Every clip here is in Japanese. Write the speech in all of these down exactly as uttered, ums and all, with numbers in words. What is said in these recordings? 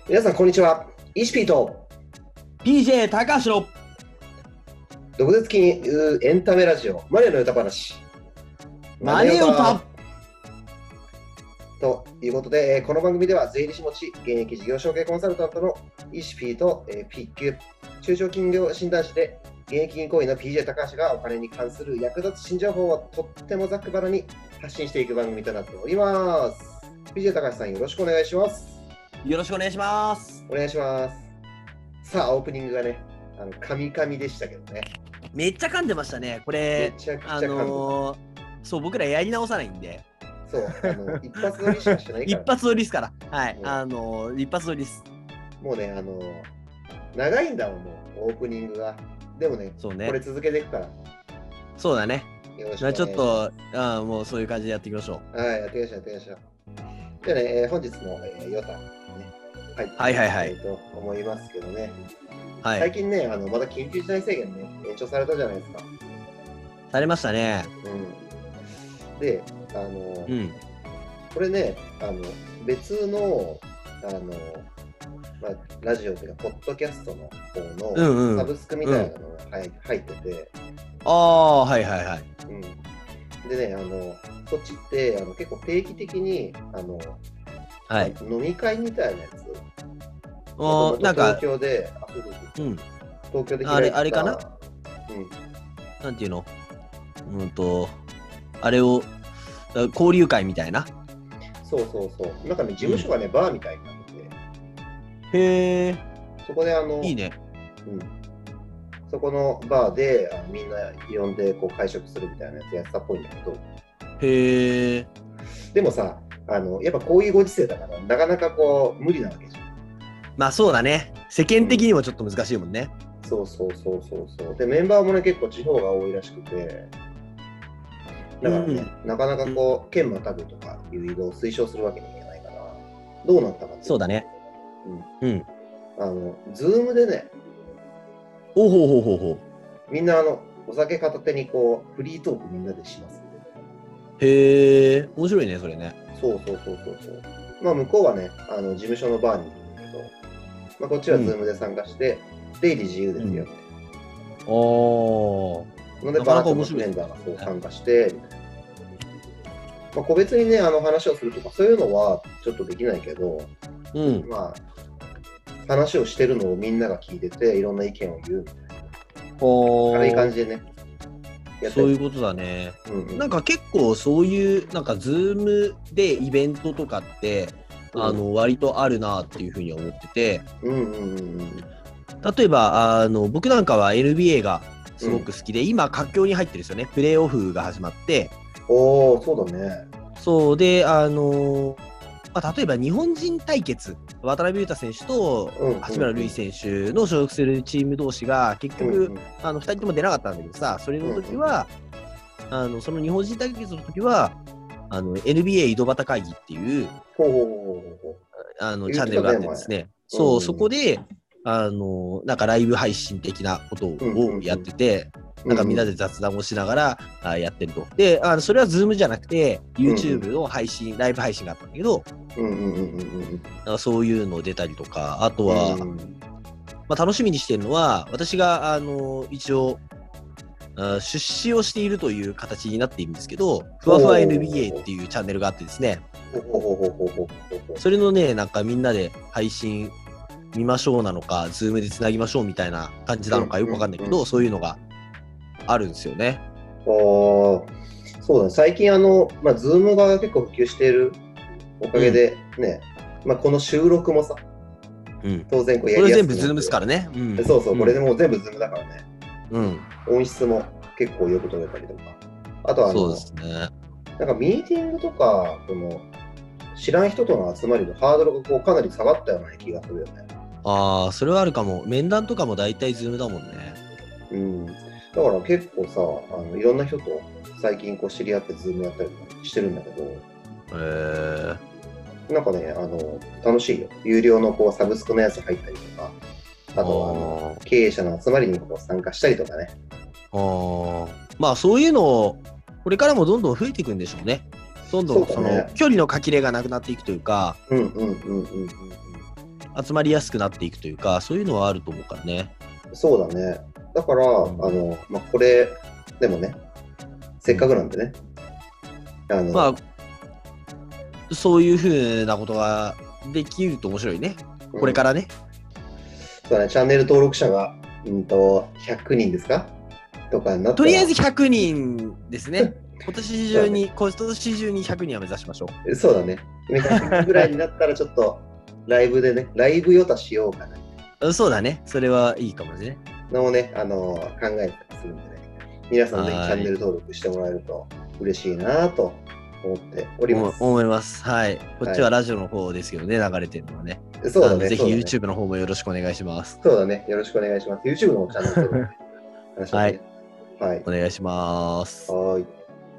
皆さんこんにちは。イシピーとピージェー 高橋の毒舌金融エンタメラジオマネの歌話マネオタということで、えーこの番組では税理士持ち現役事業承継コンサルタントのイシピーと、えー、ピッキュ中小金融診断士で現役銀行員の ピージェー 高橋がお金に関する役立つ新情報をとってもざっくばらに発信していく番組となっております。 ピージェー 高橋さん、よろしくお願いします。 よろしくお願いします。 お願いします。さあ、オープニングがね、あの神々でしたけどね。 めっちゃ噛んでましたね。これ、 めちゃくちゃ噛んでた。 あのー、そう、僕らやり直さないんで。 そう、あの一発撮りしかしてないから、ね。 一発撮りですから。はい。 うん、 あのー、一発撮りです。 もうね、あのー、長いんだもん、もう、オープニングが。でもね、 そうねこれ続けていくから。 そうだね。 よろしくお願いします。 ちょっと、あもうそういう感じでやっていきましょう。はい、やっていきましょう、やっていきましょう。じゃあね、えー本日の、えー、ヨタ、ね、 はいはいはいいきたいと思いますけどね。 はい。 最近ね、あのまだ緊急事態宣言ね、延長されたじゃないですか。 されましたね。 うん。で、あのー、 うん。 これね、あの別の、あのまあ、ラジオというか、ポッドキャストの方うんうんのサブスクみたいなのが入,、入ってて、 ああ、はいはいはい。 うん、でね、あのそっちってあの結構定期的にあの、 はい。 飲み会みたいなやつ、 おなんか、 東京で、あそうそうそううん。 東京で開いたあれ、あれかなうん、 なんていうのうんと、あれを、交流会みたいな。 そうそうそう。なんかね、事務所がね、うん、バーみたいになってて、へえ。 そこであの、 いいね。 うん。そこのバーであのみんな呼んでこう会食するみたいなやつやってたっぽいんだけど。 へえ。 でもさ、あの、やっぱこういうご時世だから、なかなかこう、無理なわけじゃん。 まあそうだね。世間的にもちょっと難しいもんね。 うん、そうそうそうそうそう。で、メンバーもね、結構地方が多いらしくて、だからね、うん、なかなかこう、県またぐとかいう移動を推奨するわけにいけないから、どうなったかっていうと。 そうだね。 うん。うん。あの、ズームでね、 おほうほうほうほう。みんなあの、お酒片手にこう、フリートークみんなでします。 へえ、面白いね、それね。 そうそうそうそうそう。まあ、向こうはね、あの事務所のバーにいるんだけど、まあ、こっちはズームで参加して、うん、出入り自由ですよって。 うん、おー。ので、バーとのメンバーがこう参加して、まあ、個別にね、あの話をするとか、そういうのはちょっとできないけど、 うん、 まあ、話をしてるのをみんなが聞いてて、いろんな意見を言うみたいな。軽い感じでね。 そういうことだね、 うんうん、 なんか結構そういうなんかズームでイベントとかって、うん、あの割とあるなっていうふうに思ってて、 うんうんうんうん、 例えばあの僕なんかは エヌビーエー がすごく好きで、うん、今佳境に入ってるんですよね。プレーオフが始まって、 おー、そうだね。 そうであのまあ、例えば日本人対決、渡辺裕太選手と八村塁選手の所属するチーム同士が結局、うんうん、あのふたりとも出なかったんだけどさ、それの時は、うんうん、あのその日本人対決の時はあの エヌビーエー 井戸端会議っていうあのチャンネルがあってですね、そう、うんうん、そこであのなんかライブ配信的なことをやってて、うんうんうん、なんかみんなで雑談をしながら、うんうん、やってると。で、あのそれは Zoom じゃなくて YouTube の配信、うんうん、ライブ配信があったんだけど、うんうんうんうん、そういうの出たりとか、あとは、うんまあ、楽しみにしてるのは、私があの一応出資をしているという形になっているんですけど、ふわふわ エヌビーエー っていうチャンネルがあってですね、それのね、なんかみんなで配信見ましょうなのか、Zoom でつなぎましょうみたいな感じなのかよくわかんないけど、うんうんうん、そういうのがあるんですよね。 あそうだね、最近あの、まあ、Zoom が結構普及しているおかげでね、うんまあ、この収録もさ、うん、当然こうやりやすくなって、 これ全部 Zoom ですからね、 うん、そうそう、これでもう全部 Zoom だからね、 うん、 音質も結構よく取れたりとか、あとはあの、 そうですね、 なんかミーティングとか、この知らん人との集まりのハードルがこうかなり下がったような気がするよね。 ああ、それはあるかも。面談とかも大体 Zoom だもんね。 うん。だから結構さ、あのいろんな人と最近こう知り合って Zoom やったりしてるんだけど、へえー。なんかね、あの楽しいよ。有料のこうサブスクのやつ入ったりとか、あとはあの経営者の集まりにこう参加したりとかね。 あまあそういうのをこれからもどんどん増えていくんでしょうね。どんどんその距離の垣れがなくなっていくというか、 うんうんうんうんうん。 集まりやすくなっていくというか、そういうのはあると思うからね。 そうだね。だから、うん、あの、まあ、これ、でもね、せっかくなんでね。 うん、あのまあ、そういうふうなことができると面白いね。これからね。 うん、そうだね、チャンネル登録者が、うんと、ひゃくにんですかとかになったら。 とりあえずひゃくにんですね。今年中に、ね、今年中にひゃくにんは目指しましょう。 そうだね。ひゃくにんぐらいになったら、ちょっと、ライブでね、ライブヨタしようかな。そうだね。それはいいかもね。 のをね、あのー、考えたりするんでね。皆さんぜひチャンネル登録してもらえると嬉しいなと思っております。 思います。はい。こっちはラジオの方ですけどね、はい、流れてるのはね。 そうだね。 ぜひ YouTube の方もよろしくお願いします。 そうだね。よろしくお願いします。YouTube のチャンネル登録、ね。 はい。 はい。 お願いします。 はい。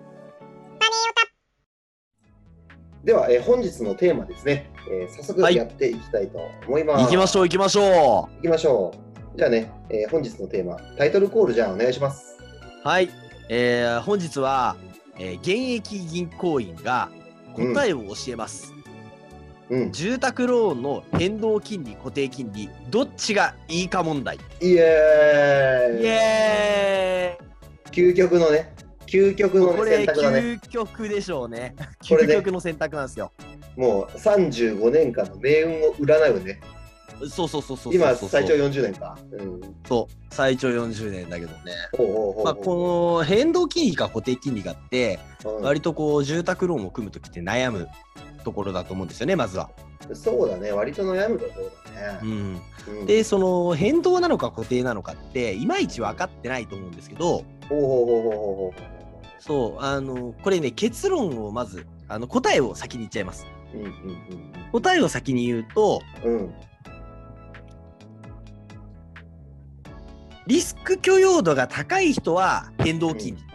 では、えー、本日のテーマですね、えー、早速やっていきたいと思います。 はい、行きましょう、行きましょう。 行きましょう。じゃあね、えー、本日のテーマ、タイトルコールじゃあお願いします。 はい。えー、本日は、えー、現役銀行員が答えを教えます。うんうん、住宅ローンの変動金利、固定金利、どっちがいいか問題。 イエーイ。 イエーイ。究極のね。究極の、ね、選択だね。 究極でしょうね。究極の選択なんですよ。 もうさんじゅうごねんかんの命運を占うね。 そうそうそうそう。 今、最長よんじゅうねんか。 うん、そう、最長よんじゅうねんだけどね。まあ、この変動金利か固定金利かって、うん、割とこう、住宅ローンを組むときって悩むところだと思うんですよね、まずは。 そうだね、割と悩むところだね。 うんうん、で、その変動なのか固定なのかって、いまいち分かってないと思うんですけど、 ほうほうほうほうほう。 そう、あの、これね、結論をまず、あの答えを先に言っちゃいます。うんうんうん、答えを先に言うと、うん、リスク許容度が高い人は変動金利。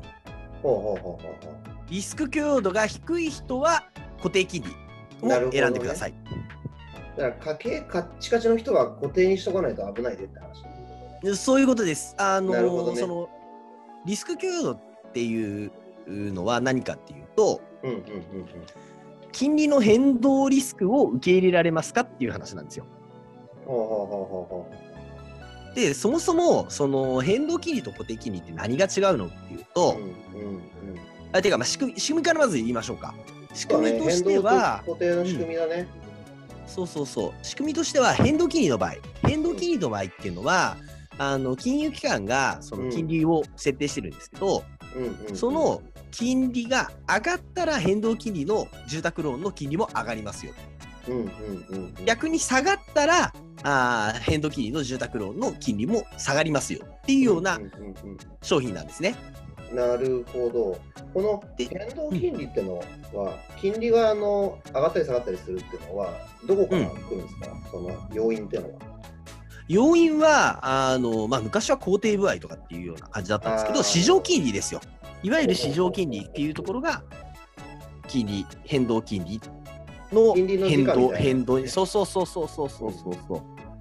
リスク許容度が低い人は固定金利を選んでください。ね、 だから家計カッチカチの人は固定にしとかないと危ないでって話。 そういうことです。あの、 ね、 そのリスク許容度っていうのは何かっていうと、うんうんうんうん、金利の変動リスクを受け入れられますかっていう話なんですよ。ほうほうほうほうほう。で、そもそもその変動金利と固定金利って何が違うのっていうと、うんうんうん、あてかまあ仕組み、仕組みからまず言いましょうか。仕組みとしては、 固定の仕組みだね、 うん。そうそうそう。仕組みとしては変動金利の場合、変動金利の場合っていうのは、あの金融機関がその金利を設定してるんですけど、うん、その金利が上がったら変動金利の住宅ローンの金利も上がりますよ。うんうんうんうん、逆に下がったらあ変動金利の住宅ローンの金利も下がりますよっていうような商品なんですね。 なるほど。この変動金利ってのは、金利があの上がったり下がったりするっていうのはどこから来るんですか、うん、その要因っていうのは。 要因はあの、まあ、昔は公定歩合とかっていうような感じだったんですけど、市場金利ですよ。いわゆる市場金利っていうところが金利、変動金利の変動、変動に、そうそうそうそうそうそうそう。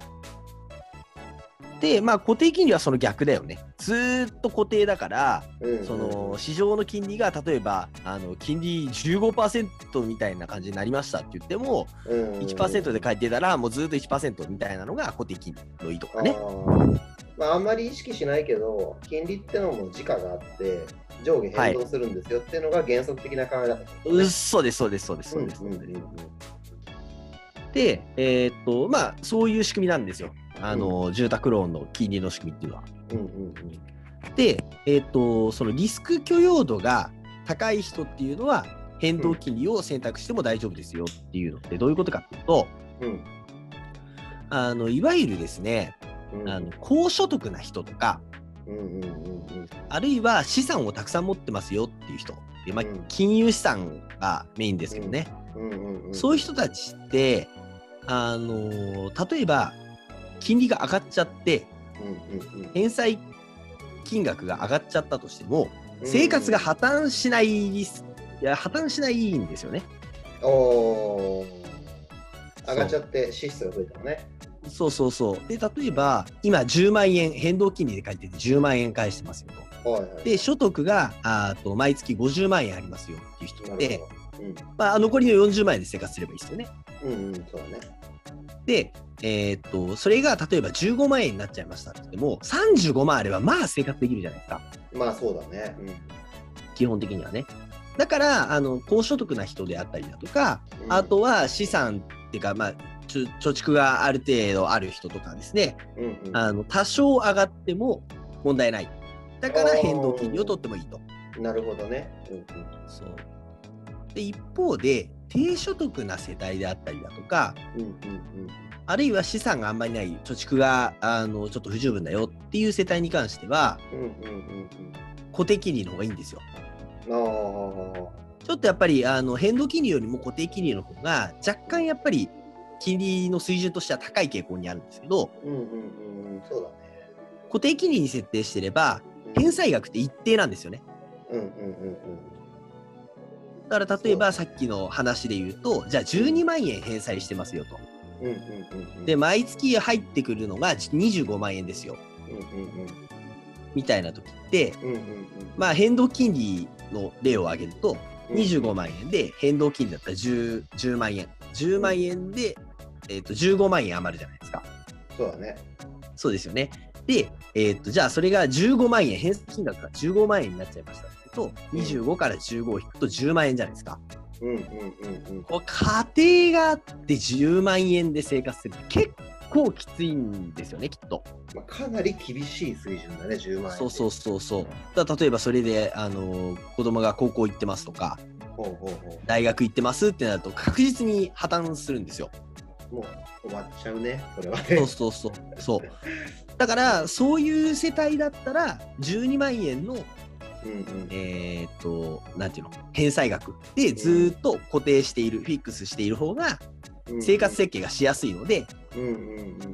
で、まあ固定金利はその逆だよね。ずーっと固定だから、うんうん、その市場の金利が例えばあの金利 じゅうごパーセント みたいな感じになりましたって言っても、うんうん、いちパーセント で書いてたらもうずっと いちパーセント みたいなのが固定金利のいいとかね。 あ、まあ、あんまり意識しないけど、金利ってのも時価があって上下変動するんですよっていうのが原則的な考え方、ね、 はい、そうですそうですそうですそうです。で、えー、っとまあそういう仕組みなんですよ。あの、うん、住宅ローンの金利の仕組みっていうのは。うんうんうん、で、えーと、そのリスク許容度が高い人っていうのは変動金利を選択しても大丈夫ですよっていうのってどういうことかっていうと、うん、あのいわゆるですね、うん、あの高所得な人とか、うんうんうんうん、あるいは資産をたくさん持ってますよっていう人、まあ、金融資産がメインですけどね、うんうんうん、そういう人たちってあの例えば金利が上がっちゃって、うんうんうん、返済金額が上がっちゃったとしても、生活が破綻しないリス、いや破綻しないんですよね。 おー、上がっちゃって支出が増えたのね。 そうそうそう。で、例えば今じゅうまんえん変動金利で借りててじゅうまんえん返してますよと。はいはい、で、所得があと毎月ごじゅうまんえんありますよっていう人って、うん、まあ残りのよんじゅうまんえんで生活すればいいですよね。うんうん、そうね。 で、えーっと、それが例えばじゅうごまん円になっちゃいましたって言っても、さんじゅうごまんあればまあ生活できるじゃないですか。 まあそうだね。うん、 基本的にはね。だから、あの高所得な人であったりだとか、うん、あとは資産っていうか、まあ、貯蓄がある程度ある人とかですね、うんうん、あの多少上がっても問題ない。だから変動金利を取ってもいいと。 なるほどね。うんうん、 そうで一方で、低所得な世帯であったりだとか、うんうんうん、あるいは資産があんまりない、貯蓄があのちょっと不十分だよっていう世帯に関しては、うんうんうんうん、固定金利の方がいいんですよ。あちょっとやっぱりあの変動金利よりも固定金利の方が若干やっぱり金利の水準としては高い傾向にあるんですけど、うんうんうん、そうだね、固定金利に設定してれば返済額って一定なんですよね。うんうんうんうん、だから例えばさっきの話で言うと、じゃあじゅうにまんえん返済してますよと。うんうんうんうん、で毎月入ってくるのがにじゅうごまんえんですよ。うんうんうん、みたいな時って、うんうんうん、まあ変動金利の例を挙げると、にじゅうごまんえんで変動金利だったら 10, じゅうまんえん。じゅうまんえんで、えー、とじゅうごまんえん余るじゃないですか。 そうだね。 そうですよね。で、えー、とじゃあそれがじゅうごまんえん、返済金額がじゅうごまんえんになっちゃいましたってと、うん、にじゅうごからじゅうごを引くとじゅうまんえんじゃないですか。うんうんうんうん、これ家庭があってじゅうまんえんで生活する結構きついんですよね、きっと。 まあ、かなり厳しい水準だね、じゅうまんえん。 そうそうそうそう。だ例えばそれで、あのー、子供が高校行ってますとか、ほうほうほう、大学行ってますってなると確実に破綻するんですよ。 もう終わっちゃうね、それはね。 そうそうそうそう。だからそういう世帯だったらじゅうにまんえんの、うんうん、えー、っとなんていうの、返済額でずっと固定している、うん、フィックスしている方が生活設計がしやすいので、うんうんうん、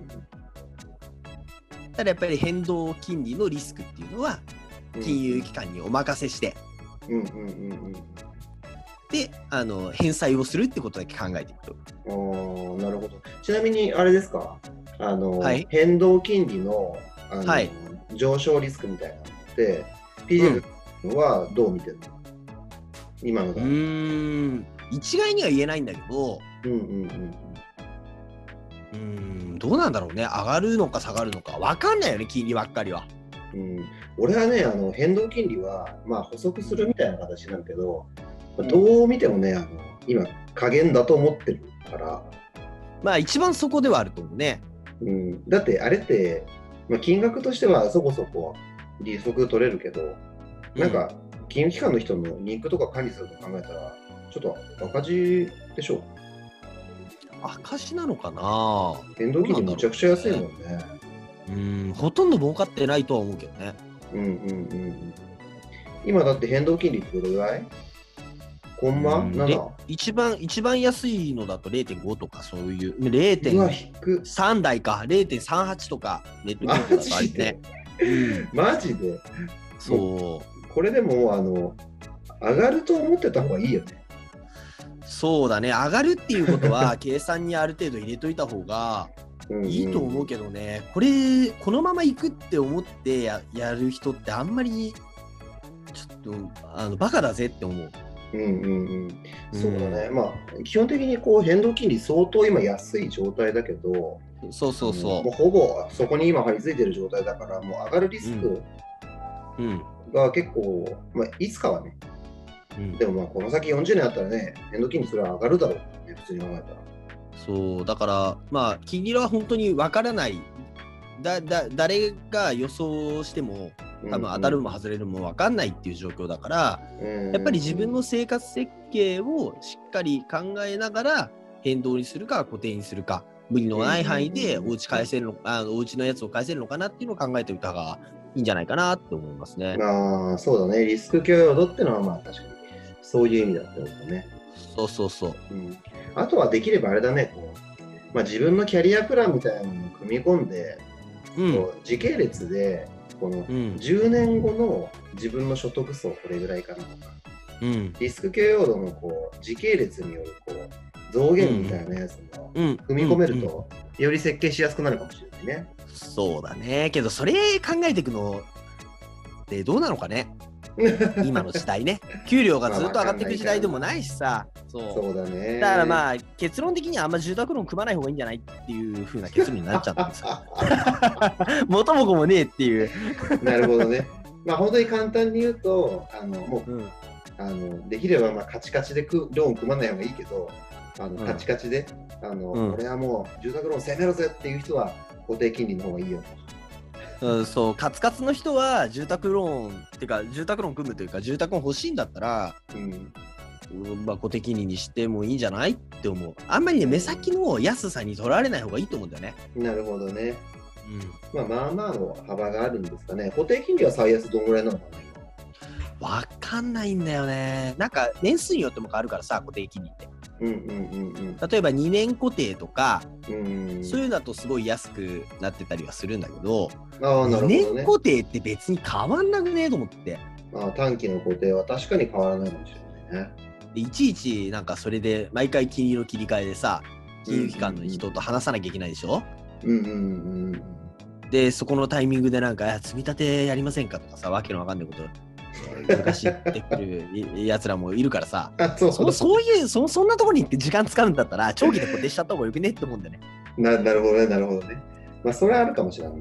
ただやっぱり変動金利のリスクっていうのは金融機関にお任せして、うんうんうんうん、であの返済をするってことだけ考えていくと。 おー、なるほど。ちなみにあれですか、あの、はい、変動金利 の, あの、はい、上昇リスクみたいなのって ピージェー はどう見てるの、うん、今の段階。うーん、一概には言えないんだけど、うんうんうん、うーん、どうなんだろうね。上がるのか下がるのか分かんないよね、金利ばっかりは。 うん、俺はね、あの変動金利は、まあ、補足するみたいな形なんだけど、うん、どう見てもね、あの今加減だと思ってるから。 まあ一番そこではあると思うね。 うん、だってあれって、まあ、金額としてはそこそこ利息取れるけど、なんか金融機関の人のリンクとか管理すると考えたらちょっと赤字でしょ。 赤字なのかな。 変動金利めちゃくちゃ安いもんね。 うん、ほとんど儲かってないとは思うけどね。うんうんうんうん。今だって変動金利ってどれぐらい？コンマ なな？ 一番一番安いのだと ゼロてんご とかそういう ゼロてんさん 台か ゼロてんさんはち とかネット金利だとあるね。 マジで？ そう。これでもあの上がると思ってた方がいいよね。 そうだね、上がるっていうことは計算にある程度入れといた方がいいと思うけどね。これこのまま行くって思って や, やる人ってあんまりちょっとあのバカだぜって思う。 うんうんうん、そうだね、うん、まあ基本的にこう変動金利相当今安い状態だけど、 そうそうそう、 うん、もうほぼそこに今張り付いてる状態だから、もう上がるリスクが結構、まあ、いつかはね、うん、でもまあこの先よんじゅうねんあったらね、変動金利それは上がるだろうね、普通に考えたら。 そうだからまあ金利は本当に分からない。だだ誰が予想しても多分当たるも外れるも分かんないっていう状況だから、うんうん、やっぱり自分の生活設計をしっかり考えながら変動にするか固定にするか、無理のない範囲でお家返せるの、あのお家のやつを返せるのかなっていうのを考えておいた方がいいんじゃないかなって思いますね。 まあそうだね、リスク許容度っていうのはまあ確かにそういう意味だったんだね。 そうそうそう、 うん、あとはできればあれだね、こう、まあ、自分のキャリアプランみたいなのを組み込んで、うん、こう時系列でこのじゅうねんごの自分の所得層これぐらいかなとか、うん、リスク許容度のこう時系列によるこう増減みたいなやつも組み込めるとより設計しやすくなるかもしれないね。 そうだね。けどそれ考えていくのってどうなのかね。 今の時代ね。給料がずっと上がっていく時代でもないしさ。そう。 そうだね。 だからまあ、結論的にはあんま住宅ローン組まない方がいいんじゃないっていう風な結論になっちゃったんですよ。元も子もねえっていう。 なるほどね。まあ本当に簡単に言うと、あのもう、うん、あのできればまあカチカチでローン組まない方がいいけど、あのカチカチで、うん、あの、うん、俺はもう住宅ローン攻めろぜっていう人は固定金利の方がいいよ。 うん、そうカツカツの人は住宅ローンっていうか住宅ローン組むというか住宅ローン欲しいんだったら、うんまあ、固定金利にしてもいいんじゃないって思う。あんまりね目先の安さにとらわれない方がいいと思うんだよね。 なるほどね。うん、まあまあまあの幅があるんですかね。固定金利は最安どんぐらいなのかな。わかんないんだよね。なんか年数によっても変わるからさ固定金利って。うんうんうんうん、例えばにねん固定とか、うん、そういうのだとすごい安くなってたりはするんだけど、 あ、なるほどね、 にねん固定って別に変わんなくねえと思って。 ああ、短期の固定は確かに変わらないかもしれないね。 でいちいちなんかそれで毎回金利の切り替えでさ金融機関の人と話さなきゃいけないでしょ。うんうんうんうん、でそこのタイミングでなんか積み立てやりませんかとかさわけのわかんないこと昔言ってくるやつらもいるからさそうそそういう そ, そんなところに行って時間使うんだったら長期で固定しちゃった方がよくねって思うんだよね。 な, なるほどねなるほどね。まあそれはあるかもしれない。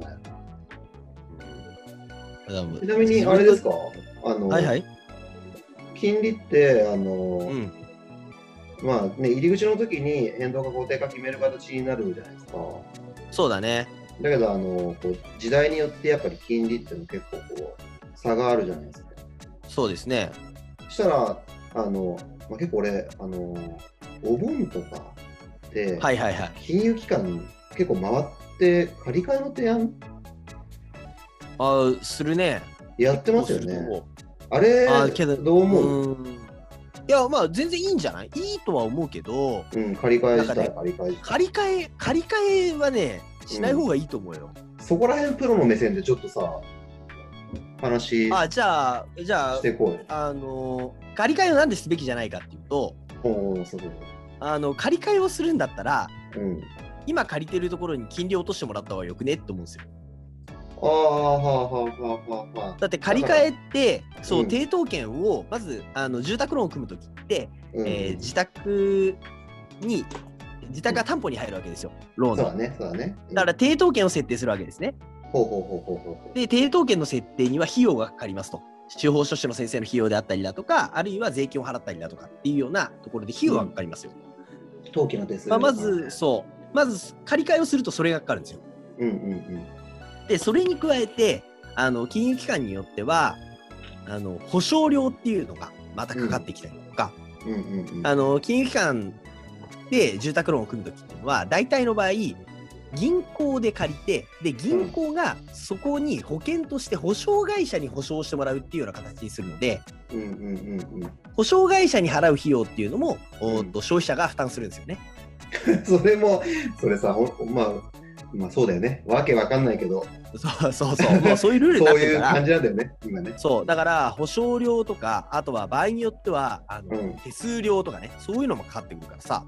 ちなみにあれですか、あの、はいはい、金利ってあの、うん、まあね入り口の時に変動か固定か決める形になるじゃないですか。 そうだね。 だけどあのこう時代によってやっぱり金利っていうの結構こう差があるじゃないですか。 そうですね。 そしたらあの、まあ、結構俺あのお盆とかで、はいはいはい、金融機関結構回って借り換えの提案あするね。 やってますよね。あれあけどどう思う？ うんいやまあ全然いいんじゃない？いいとは思うけど、 うん、借り換えしたい、ね、借り換え借り換え借り換えはねしない方がいいと思うよ、 うん、そこら辺プロの目線でちょっとさ話あじゃあじゃあしてこい。 あの借り換えをなんですべきじゃないかっていうと、おそうあの借り換えをするんだったら、うん、今借りてるところに金利を落としてもらった方がよくねって思うんですよ。 ああはあはあはあはあ。 だって借り換えってそう、うん、抵当権をまずあの住宅ローンを組むときって、うんえー、自宅に自宅が担保に入るわけですよ、ローンの。 そうだねそうだね、 うん、だから抵当権を設定するわけですね。 ほうほうほうほうほう。 で抵当権の設定には費用がかかりますと。司法書士の先生の費用であったりだとか、あるいは税金を払ったりだとかっていうようなところで費用がかかりますよ。 うん、当期の手数料、 まあ、まずそうまず借り換えをするとそれがかかるんですよ。うんうんうん。でそれに加えてあの金融機関によってはあの保証料っていうのがまたかかってきたりとか、うんうんうんうん、あの金融機関で住宅ローンを組むときっていうのは大体の場合銀行で借りてで銀行がそこに保険として保証会社に保証してもらうっていうような形にするので、うんうんうんうん、保証会社に払う費用っていうのも、うん、おっと消費者が負担するんですよね。 それもそれさまあまあそうだよね。わけわかんないけど。 そうそうそう。もうそういうルールになってるから。 そういう感じなんだよね、今ね。 そう。だから、保証料とか、あとは場合によっては、あの、うん、手数料とかね、そういうのもかかってくるからさ。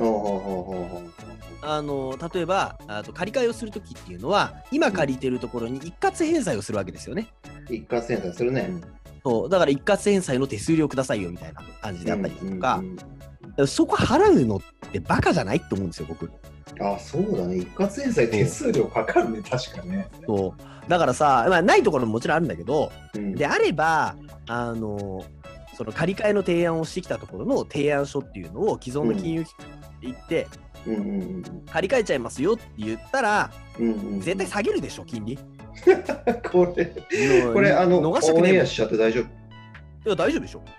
あの、例えば、あと借り換えをするときっていうのは、今借りてるところに一括返済をするわけですよね。 一括返済するね。うん、 そう。だから一括返済の手数料くださいよみたいな感じであったりだとか、うんうんうん、そこ払うのってバカじゃないって思うんですよ、僕。 ああそうだね。一括返済手数料かかるね、確かね。 そうだからさ、まあ、ないところももちろんあるんだけど、うん、であればあのその借り換えの提案をしてきたところの提案書っていうのを既存の金融機関に行って、うんうんうん、借り換えちゃいますよって言ったら、うんうん、絶対下げるでしょ金利。 これこれあの逃してくれしちゃって大丈夫？ いや大丈夫でしょ。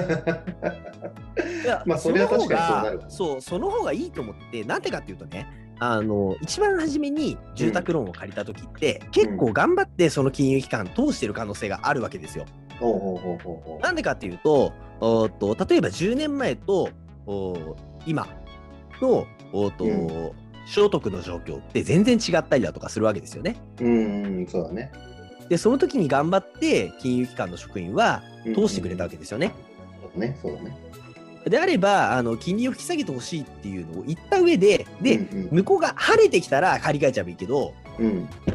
いやまあそれは確かにそうなる。そうその方がいいと思って、なんでかっていうとね、あの一番初めに住宅ローンを借りた時って、うん、結構頑張ってその金融機関通してる可能性があるわけですよ。うん、なんでかっていうと、おと例えばじゅうねんまえとお今のおと、うん、所得の状況って全然違ったりだとかするわけですよね。 うん、うん、そうだね。 でその時に頑張って金融機関の職員は通してくれたわけですよね。 うんうん、そうだね、そうだね。 であればあの金利を引き下げてほしいっていうのを言った上で、で、うんうん、向こうが晴れてきたら借り換えちゃえばいいけど、うん、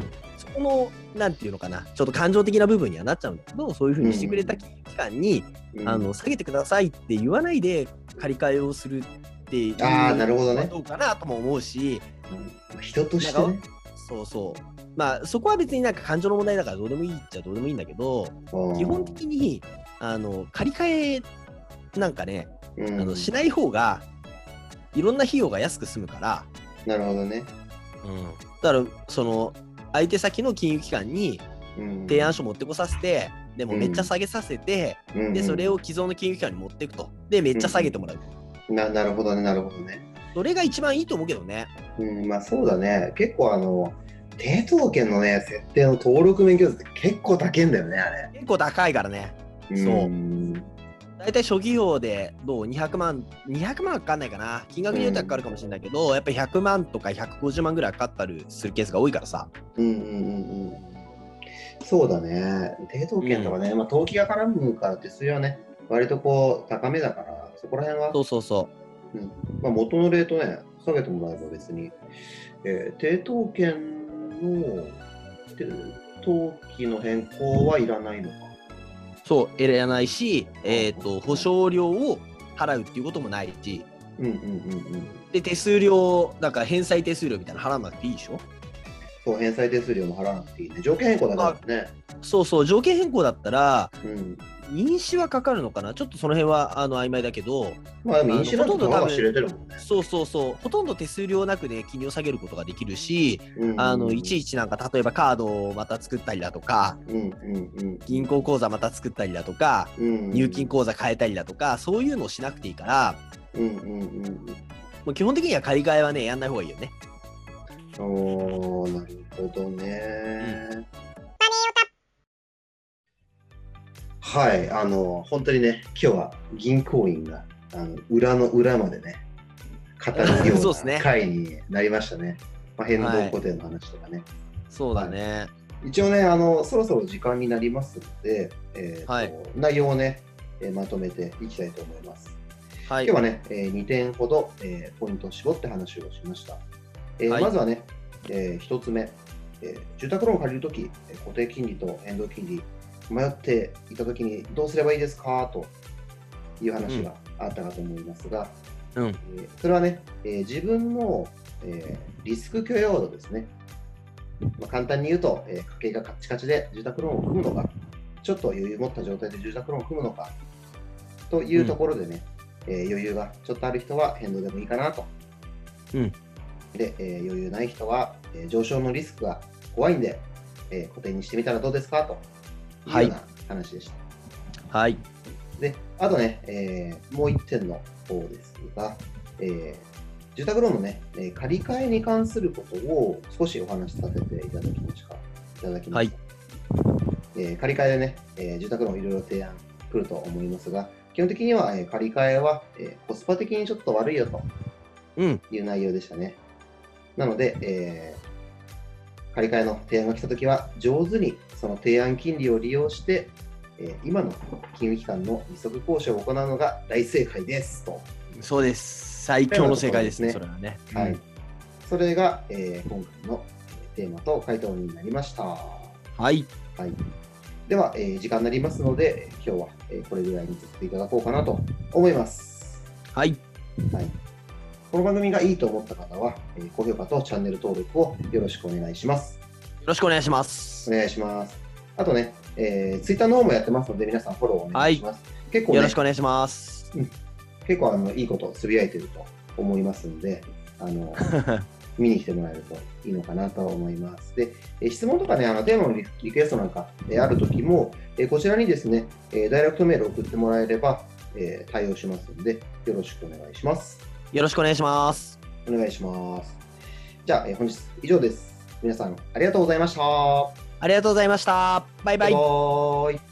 このなんていうのかな、ちょっと感情的な部分にはなっちゃうんだけど、そういうふうにしてくれた期間に、うん、あの下げてくださいって言わないで借り換えをするっていう、 ああ、なるほどね。 どうかなとも思うし、 うん、人としてね。 そうそう。まあそこは別になんか感情の問題だからどうでもいいっちゃどうでもいいんだけど、基本的にあの借り換えなんかね、うん、あのしない方がいろんな費用が安く済むから。 なるほどね。 うん、だからその相手先の金融機関に提案書持ってこさせて、うん、でもめっちゃ下げさせて、うん、でそれを既存の金融機関に持っていくと、でめっちゃ下げてもらう、 うん、な, なるほどねなるほどね。 それが一番いいと思うけどね。 うん、まあそうだね。結構あの抵当権のね設定の登録免許税って結構高いんだよね、あれ。 結構高いからね。そう。大体初期費でどうにひゃくまん、にひゃくまんはかかんないかな。金額によってはかかるかもしれないけど、うん、やっぱりひゃくまんとかひゃくごじゅうまんぐらいかかったりするケースが多いからさ。 うんうんうんうん。そうだね。抵当権とかね、うん、まあ登記が絡むから手数料はね、割とこう高めだから、そこら辺は。 そうそうそう。 うん、まあ元のレートね、下げてもらえば別に、えー、抵当権の登記の変更はいらないのか。 そう、いらないし、えっと、保証料を払うっていうこともないし、 うんうんうんうん。 で、手数料、なんか返済手数料みたいなの払わなくていいでしょ。 そう、返済手数料も払わなくていいね。条件変更だからね。 そうそう、条件変更だったら、うん、印紙はかかるのかな、ちょっとその辺はあの曖昧だけど、 まあ、印紙なんて多分知れてるもんね。 そうそうそう、ほとんど手数料なくね、金利を下げることができるし、うんうん、あのいちいちなんか例えばカードをまた作ったりだとか、うんうんうん、銀行口座また作ったりだとか、うんうん、入金口座変えたりだとか、そういうのをしなくていいから、うんうんうん、もう基本的には借り換えはね、やんない方がいいよね。 おー、なるほどね。うん、はい、あの本当にね、今日は銀行員があの裏の裏までね、語るような回になりましたね。まあ、変動固定の話とかね。はい、 そうだね。 はい、一応ね、あのそろそろ時間になりますので、えーとはい、内容をね、えー、まとめていきたいと思います。はい、今日はね、えー、にてんほど、えー、ポイントを絞って話をしました。えーはい、まずはね、えー、ひとつめ、えー、住宅ローンを借りるとき、固定金利と変動金利、迷っていたときにどうすればいいですかという話があったかと思いますが、うんえー、それはね、えー、自分の、えー、リスク許容度ですね。まあ、簡単に言うと、えー、家計がカチカチで住宅ローンを組むのか、ちょっと余裕を持った状態で住宅ローンを組むのかというところでね、うんえー、余裕がちょっとある人は変動でもいいかなと。うんで、えー、余裕ない人は、えー、上昇のリスクが怖いんで、えー、固定にしてみたらどうですかというような話でした。はい。で、あとね、えー、もういってんの方ですが、えー、住宅ローンのね、えー、借り換えに関することを少しお話しさせていただきました。いただきました。はいえー、借り換えでね、えー、住宅ローンいろいろ提案来ると思いますが、基本的には、えー、借り換えは、えー、コスパ的にちょっと悪いよという内容でしたね。うん、なので、えー、借り換えの提案が来たときは、上手にその提案金利を利用して、えー、今の金融機関の利息交渉を行うのが大正解ですと。そうです。最強の正解ですね、それはね。はい。それが、えー、今回のテーマと回答になりました。はい。はい、では、えー、時間になりますので、今日は、えー、これぐらいにさせていただこうかなと思います。はい。はいこの番組がいいと思った方は、えー、高評価とチャンネル登録をよろしくお願いします。よろしくお願いします。 お願いします。あとね、えー、ツイッターの方もやってますので、皆さんフォローお願いします。はい、結構、ね、 よろしくお願いします。 うん、結構あのいいことをつぶやいていると思いますので、あの見に来てもらえるといいのかなと思います。で、えー、質問とかね、あのテーマのリクエストなんか、えー、あるときも、えー、こちらにですね、えー、ダイレクトメールを送ってもらえれば、えー、対応しますので、よろしくお願いします。 よろしくお願いします。 お願いします。じゃあ、えー、本日以上です。皆さんありがとうございました。 ありがとうございました。バイバイ。 バイバイ。